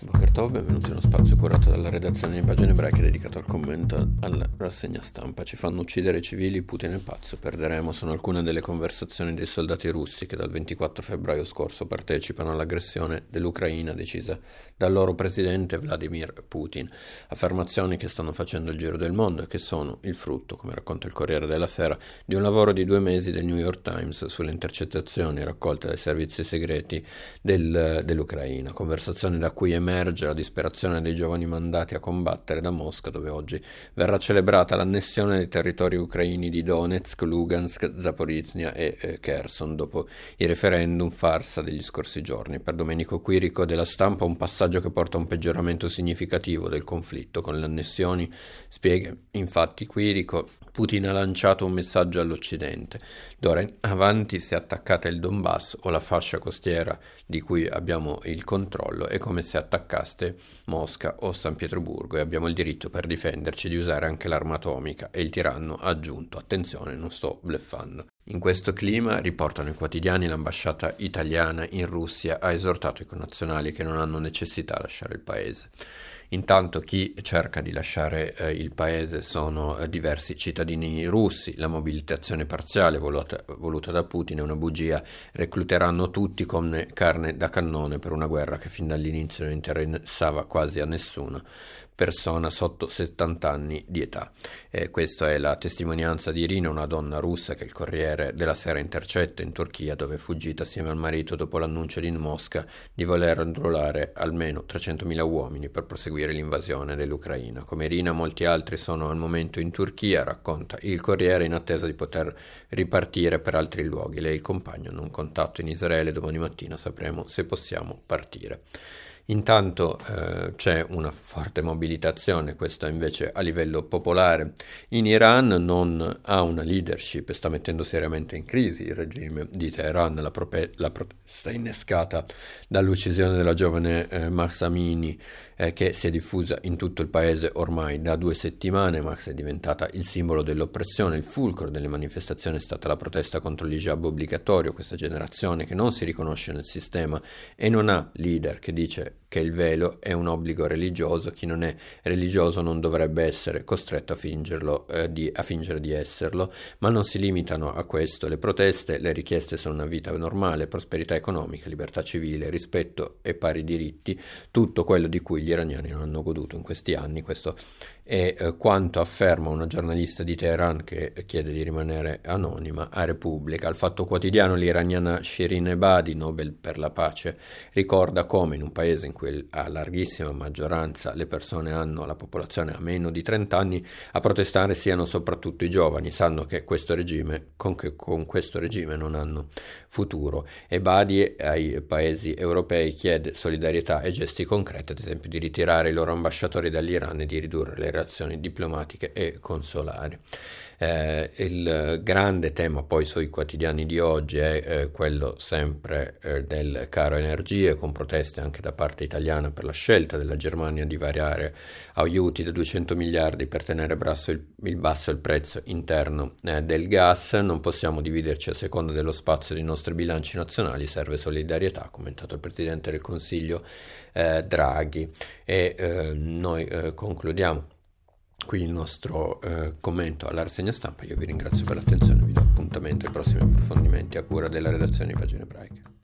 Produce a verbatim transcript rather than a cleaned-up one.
Boker Tov, benvenuti in uno spazio curato dalla redazione di Pagine Ebraiche dedicato al commento alla rassegna stampa. Ci fanno uccidere i civili, Putin è pazzo, perderemo. Sono alcune delle conversazioni dei soldati russi che dal ventiquattro febbraio scorso partecipano all'aggressione dell'Ucraina decisa dal loro presidente Vladimir Putin. Affermazioni che stanno facendo il giro del mondo e che sono il frutto, come racconta il Corriere della Sera, di un lavoro di due mesi del New York Times sulle intercettazioni raccolte dai servizi segreti del, dell'Ucraina. Conversazioni da cui emerge la disperazione dei giovani mandati a combattere da Mosca, dove oggi verrà celebrata l'annessione dei territori ucraini di Donetsk, Lugansk, Zaporizhzhia e eh, Kherson dopo i referendum farsa degli scorsi giorni. Per Domenico Quirico della Stampa un passaggio che porta a un peggioramento significativo del conflitto con le annessioni. Spiega infatti Quirico: Putin ha lanciato un messaggio all'Occidente: d'ora in avanti, se attaccate il Donbass o la fascia costiera di cui abbiamo il controllo, è come se attaccaste Mosca o San Pietroburgo e abbiamo il diritto per difenderci di usare anche l'arma atomica. E il tiranno ha aggiunto: attenzione, non sto bluffando. In questo clima, riportano i quotidiani, l'ambasciata italiana in Russia ha esortato i connazionali che non hanno necessità a lasciare il paese. Intanto chi cerca di lasciare eh, il paese sono eh, diversi cittadini russi. La mobilitazione parziale voluta, voluta da Putin è una bugia. Recluteranno tutti come carne da cannone per una guerra che fin dall'inizio non interessava quasi a nessuna persona sotto settanta anni di età. E questa è la testimonianza di Irina, una donna russa che il Corriere della Sera intercetta in Turchia, dove è fuggita assieme al marito dopo l'annuncio di Mosca di voler arruolare almeno trecentomila uomini per proseguire l'invasione dell'Ucraina. Come Irina, molti altri sono al momento in Turchia, racconta il Corriere, in attesa di poter ripartire per altri luoghi. Lei e il compagno hanno un contatto in Israele, domani mattina sapremo se possiamo partire. Intanto eh, c'è una forte mobilitazione, questa invece a livello popolare. In Iran non ha una leadership, sta mettendo seriamente in crisi il regime di Teheran. La, prope- la protesta innescata dall'uccisione della giovane eh, Mahsa Amini, eh, che si è diffusa in tutto il paese ormai da due settimane. Mahsa è diventata il simbolo dell'oppressione. Il fulcro delle manifestazioni è stata la protesta contro l'hijab obbligatorio, questa generazione che non si riconosce nel sistema e non ha leader, che dice che il velo è un obbligo religioso, chi non è religioso non dovrebbe essere costretto a fingerlo, eh, di, a fingere di esserlo, ma non si limitano a questo. Le proteste, le richieste sono una vita normale, prosperità economica, libertà civile, rispetto e pari diritti, tutto quello di cui gli iraniani non hanno goduto in questi anni. Questo è eh, quanto afferma una giornalista di Teheran che chiede di rimanere anonima a Repubblica. Al Fatto Quotidiano l'iraniana Shirin Ebadi, Nobel per la pace, ricorda come in un paese in cui a larghissima maggioranza le persone hanno, la popolazione ha meno di trenta anni, a protestare siano soprattutto i giovani. Sanno che questo regime, con, che, con questo regime non hanno futuro. Ebadi ai paesi europei chiede solidarietà e gesti concreti, ad esempio di ritirare i loro ambasciatori dall'Iran e di ridurre le relazioni diplomatiche e consolari. Eh, il grande tema poi sui quotidiani di oggi è eh, quello sempre eh, del caro energie, con proteste anche da parte italiana per la scelta della Germania di variare aiuti da duecento miliardi per tenere basso il, il basso il prezzo interno eh, del gas. Non possiamo dividerci a seconda dello spazio dei nostri bilanci nazionali, serve solidarietà, ha commentato il Presidente del Consiglio eh, Draghi. E eh, noi eh, concludiamo qui il nostro eh, commento alla rassegna stampa. Io vi ringrazio per l'attenzione, vi do appuntamento ai prossimi approfondimenti a cura della redazione di Pagine Ebraiche.